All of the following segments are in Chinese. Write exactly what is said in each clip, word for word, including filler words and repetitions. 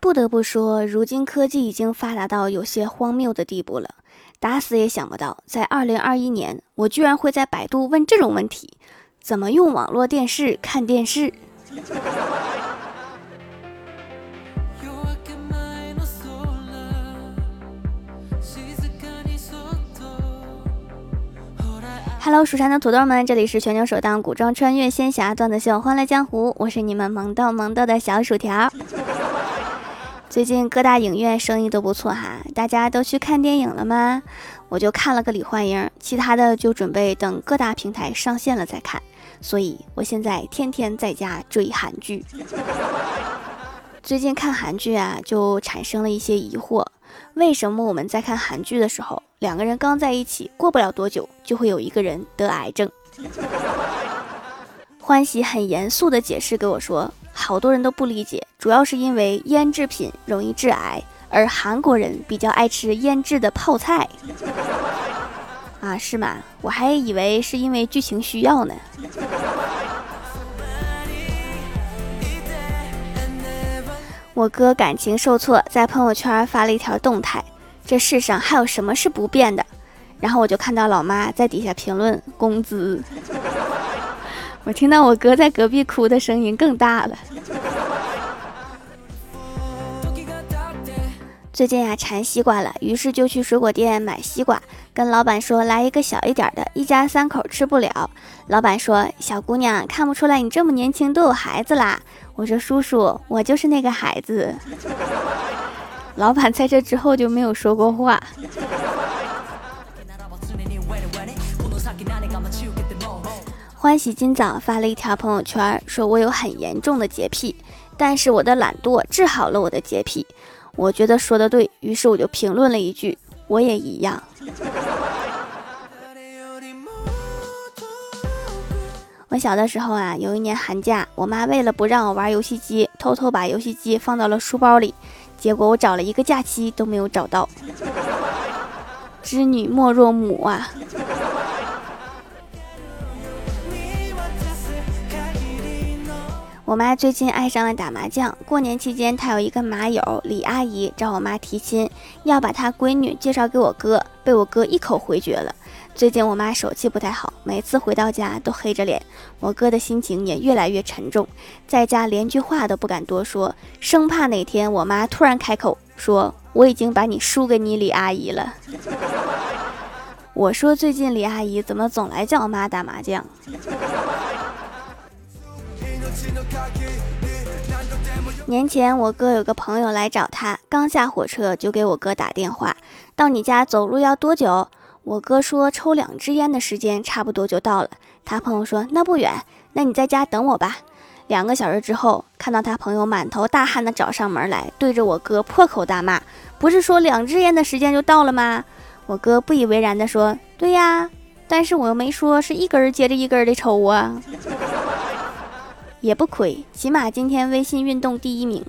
不得不说，如今科技已经发达到有些荒谬的地步了。打死也想不到，在二零二一年，我居然会在百度问这种问题：怎么用网络电视看电视？Hello， 蜀山的土豆们，这里是全球首档古装穿越仙侠段子秀《欢乐江湖》，我是你们萌豆萌豆的小薯条。最近各大影院生意都不错哈，大家都去看电影了吗？我就看了个李焕英，其他的就准备等各大平台上线了再看，所以我现在天天在家追韩剧。最近看韩剧啊，就产生了一些疑惑，为什么我们在看韩剧的时候，两个人刚在一起，过不了多久就会有一个人得癌症？欢喜很严肃地解释给我说，好多人都不理解，主要是因为腌制品容易致癌，而韩国人比较爱吃腌制的泡菜。啊，是吗？我还以为是因为剧情需要呢。我哥感情受挫，在朋友圈发了一条动态，这世上还有什么是不变的？然后我就看到老妈在底下评论工资。我听到我哥在隔壁哭的声音更大了。最近啊馋西瓜了，于是就去水果店买西瓜，跟老板说来一个小一点的，一家三口吃不了。老板说，小姑娘看不出来你这么年轻都有孩子啦。我说，叔叔，我就是那个孩子。老板在这之后就没有说过话。欢喜今早发了一条朋友圈，说我有很严重的洁癖，但是我的懒惰治好了我的洁癖。我觉得说的对，于是我就评论了一句，我也一样。我小的时候啊，有一年寒假，我妈为了不让我玩游戏机，偷偷把游戏机放到了书包里，结果我找了一个假期都没有找到。织女莫若母啊。我妈最近爱上了打麻将，过年期间她有一个麻友李阿姨找我妈提亲，要把她闺女介绍给我哥，被我哥一口回绝了。最近我妈手气不太好，每次回到家都黑着脸，我哥的心情也越来越沉重，在家连句话都不敢多说，生怕哪天我妈突然开口说，我已经把你输给你李阿姨了。我说最近李阿姨怎么总来叫我妈打麻将？年前我哥有个朋友来找他，刚下火车就给我哥打电话，到你家走路要多久？我哥说抽两支烟的时间差不多就到了。他朋友说那不远，那你在家等我吧。两个小时之后，看到他朋友满头大汗的找上门来，对着我哥破口大骂，不是说两支烟的时间就到了吗？我哥不以为然的说，对呀，但是我又没说是一根接着一根的抽啊。也不亏，起码今天微信运动第一名。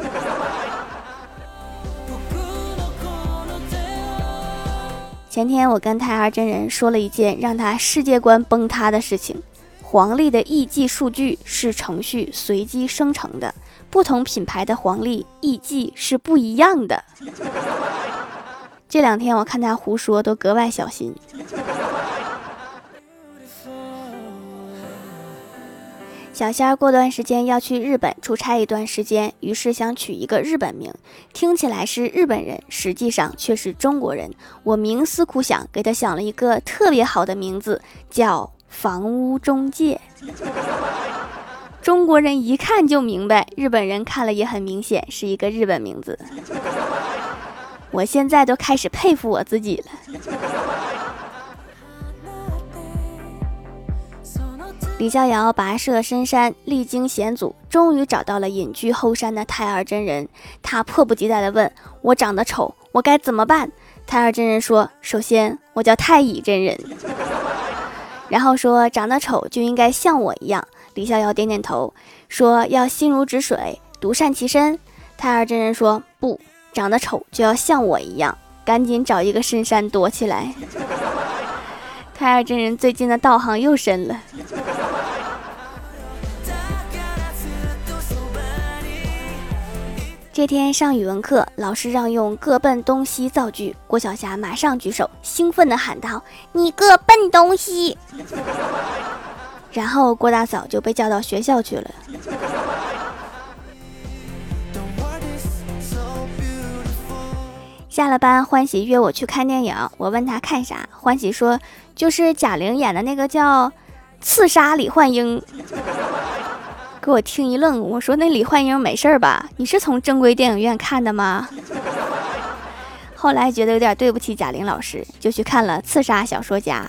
前天我跟太二真人说了一件让他世界观崩塌的事情，黄历的艺伎数据是程序随机生成的，不同品牌的黄历艺伎是不一样的。这两天我看他胡说都格外小心。小仙儿过段时间要去日本出差一段时间，于是想取一个日本名，听起来是日本人，实际上却是中国人。我冥思苦想，给他想了一个特别好的名字，叫房屋中介。中国人一看就明白，日本人看了也很明显，是一个日本名字。我现在都开始佩服我自己了。李逍遥跋涉深山，历经险阻，终于找到了隐居后山的太二真人。他迫不及待地问，我长得丑，我该怎么办？太二真人说，首先我叫太乙真人。然后说长得丑就应该像我一样。李逍遥点点头，说要心如止水，独善其身。太二真人说，不，长得丑就要像我一样，赶紧找一个深山躲起来。太二真人最近的道行又深了。 这天上语文课，老师让用各奔东西造句，郭晓霞马上举手，兴奋地喊道：“你个笨东西！”然后郭大嫂就被叫到学校去了。下了班，欢喜约我去看电影，我问他看啥，欢喜说就是贾玲演的那个叫《刺杀李焕英》。给我听一愣，我说那李焕英没事吧？你是从正规电影院看的吗？后来觉得有点对不起贾玲老师，就去看了《刺杀小说家》。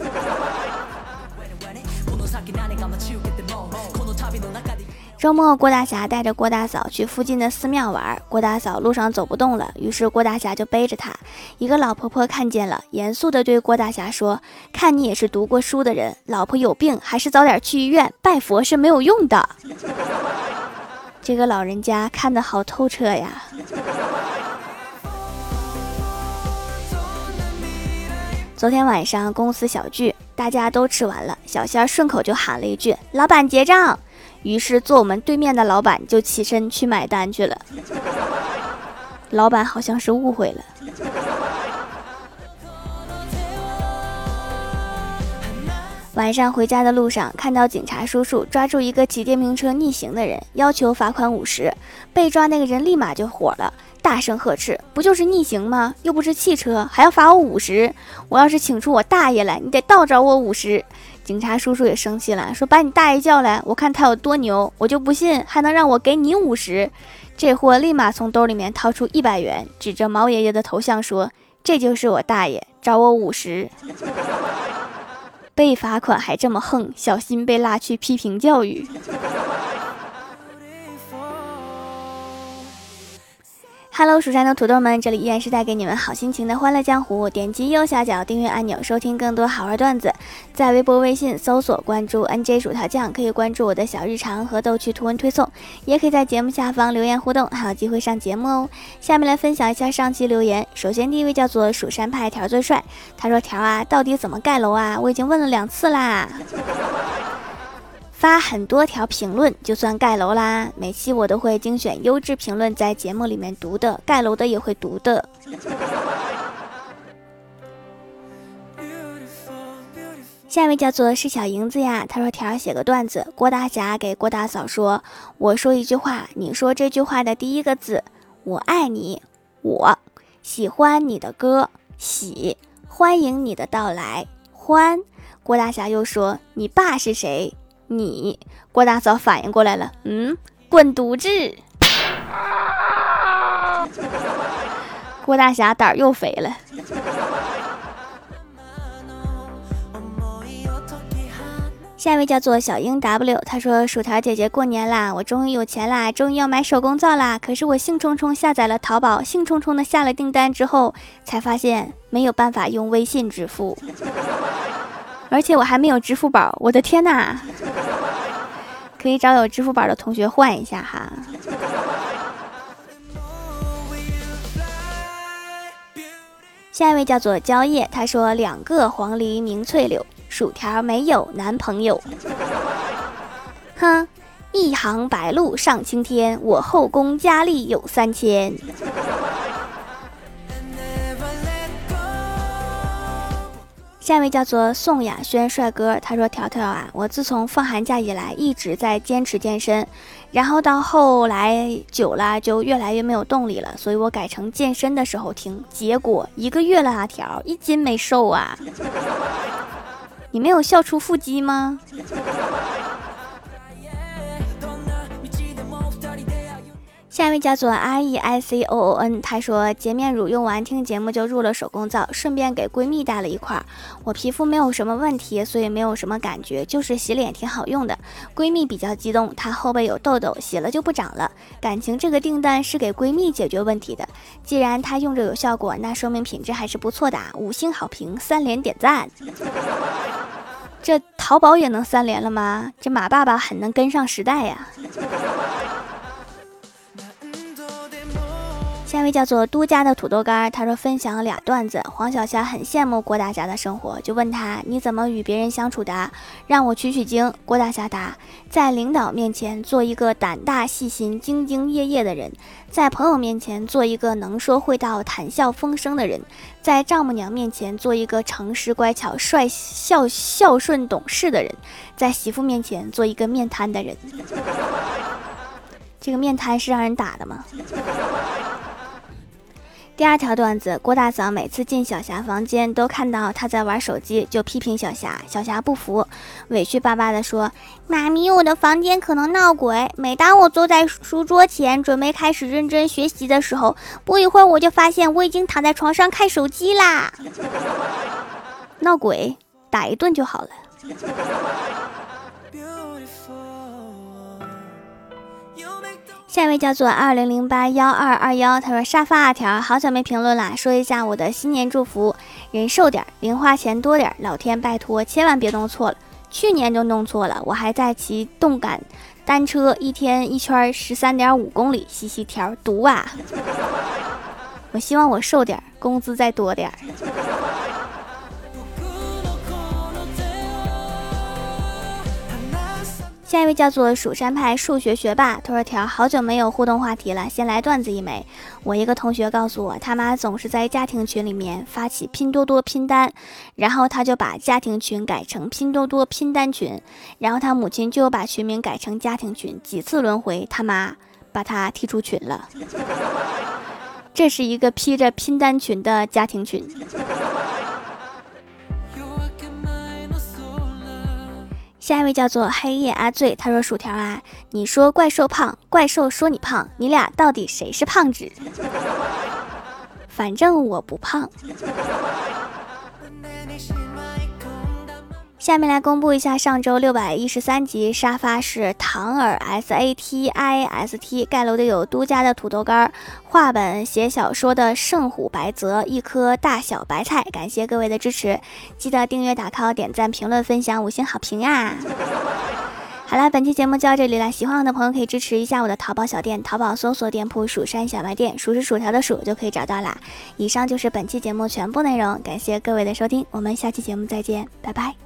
周末，郭大侠带着郭大嫂去附近的寺庙玩，郭大嫂路上走不动了，于是郭大侠就背着她。一个老婆婆看见了，严肃地对郭大侠说：“看你也是读过书的人，老婆有病还是早点去医院，拜佛是没有用的。”这个老人家看得好透彻呀。昨天晚上公司小聚，大家都吃完了，小仙儿顺口就喊了一句：“老板结账。”于是坐我们对面的老板就起身去买单去了。老板好像是误会了。晚上回家的路上，看到警察叔叔抓住一个骑电瓶车逆行的人，要求罚款五十。被抓那个人立马就火了，大声呵斥：“不就是逆行吗？又不是汽车，还要罚我五十！我要是请出我大爷来，你得倒找我五十！”警察叔叔也生气了，说：“把你大爷叫来，我看他有多牛，我就不信还能让我给你五十。”这货立马从兜里面掏出一百元，指着毛爷爷的头像说：“这就是我大爷，找我五十。”被罚款还这么横，小心被拉去批评教育。Hello， 蜀山的土豆们，这里依然是带给你们好心情的欢乐江湖。点击右下角订阅按钮，收听更多好玩段子。在微博、微信搜索关注 N J 薯条酱，可以关注我的小日常和逗趣图文推送，也可以在节目下方留言互动，还有机会上节目哦。下面来分享一下上期留言。首先第一位叫做蜀山派条最帅，他说：“条啊，到底怎么盖楼啊？我已经问了两次啦。”发很多条评论就算盖楼啦，每期我都会精选优质评论在节目里面读的，盖楼的也会读的。下一位叫做是小银子呀，他说：“条写个段子，郭大侠给郭大嫂说，我说一句话，你说这句话的第一个字，我爱你，我喜欢你的歌，喜欢迎你的到来，欢。”郭大侠又说：“你爸是谁？你。”郭大嫂反应过来了，嗯，滚犊子！郭大侠胆儿又肥了。下一位叫做小英 W， 他说：“薯条姐姐过年啦，我终于有钱啦，终于要买手工皂啦。可是我兴冲冲下载了淘宝，兴冲冲的下了订单之后，才发现没有办法用微信支付。”而且我还没有支付宝，我的天哪！可以找有支付宝的同学换一下哈。下一位叫做蕉叶，他说：“两个黄鹂鸣翠柳，薯条没有男朋友。”哼，一行白鹭上青天，我后宫佳丽有三千。下一位叫做宋雅轩帅哥，他说：“条条啊，我自从放寒假以来一直在坚持健身，然后到后来久了就越来越没有动力了，所以我改成健身的时候听，结果一个月了啊，条一斤没瘦啊。你没有笑出腹肌吗？”下一位叫做 R E I C O O N， 他说洁面乳用完听节目就入了手工皂，顺便给闺蜜带了一块。我皮肤没有什么问题，所以没有什么感觉，就是洗脸挺好用的。闺蜜比较激动，她后背有痘痘，洗了就不长了。感情这个订单是给闺蜜解决问题的，既然她用着有效果，那说明品质还是不错的，五星好评，三连点赞。这淘宝也能三连了吗？这马爸爸很能跟上时代呀。 下一位叫做都家的土豆干，他说分享俩段子。黄小霞很羡慕郭大侠的生活，就问他你怎么与别人相处的，让我取取经。郭大侠答，在领导面前做一个胆大细心兢兢业业的人，在朋友面前做一个能说会道谈笑风生的人，在丈母娘面前做一个诚实乖巧帅孝孝顺懂事的人，在媳妇面前做一个面瘫的人。这个面瘫是让人打的吗？第二条段子，郭大嫂每次进小霞房间都看到她在玩手机，就批评小霞。小霞不服，委屈巴巴地说，妈咪，我的房间可能闹鬼，每当我坐在书桌前准备开始认真学习的时候，不一会儿我就发现我已经躺在床上看手机啦。闹鬼打一顿就好了。下一位叫做二零零八幺二二幺，他说沙发阿条，好久没评论啦，说一下我的新年祝福，人瘦点，零花钱多点，老天拜托千万别弄错了，去年就弄错了，我还在骑动感单车，一天一圈十三点五公里，西西条毒啊！我希望我瘦点，工资再多点。下一位叫做蜀山派数学学霸，他说条好久没有互动话题了，先来段子一枚。我一个同学告诉我，他妈总是在家庭群里面发起拼多多拼单，然后他就把家庭群改成拼多多拼单群，然后他母亲就把群名改成家庭群，几次轮回，他妈把他踢出群了。这是一个披着拼单群的家庭群。下一位叫做黑夜阿醉，他说薯条啊，你说怪兽胖，怪兽说你胖，你俩到底谁是胖子？反正我不胖。下面来公布一下上周六百一十三集，沙发是唐尔 S A T I S T， 盖楼的有都家的土豆干，画本写小说的圣虎白泽，一颗大小白菜。感谢各位的支持，记得订阅打 call 点赞评论分享五星好评呀。好了，本期节目就到这里了，喜欢我的朋友可以支持一下我的淘宝小店，淘宝搜索店铺蜀山小卖店，数是薯条的数就可以找到啦。以上就是本期节目全部内容，感谢各位的收听，我们下期节目再见，拜拜。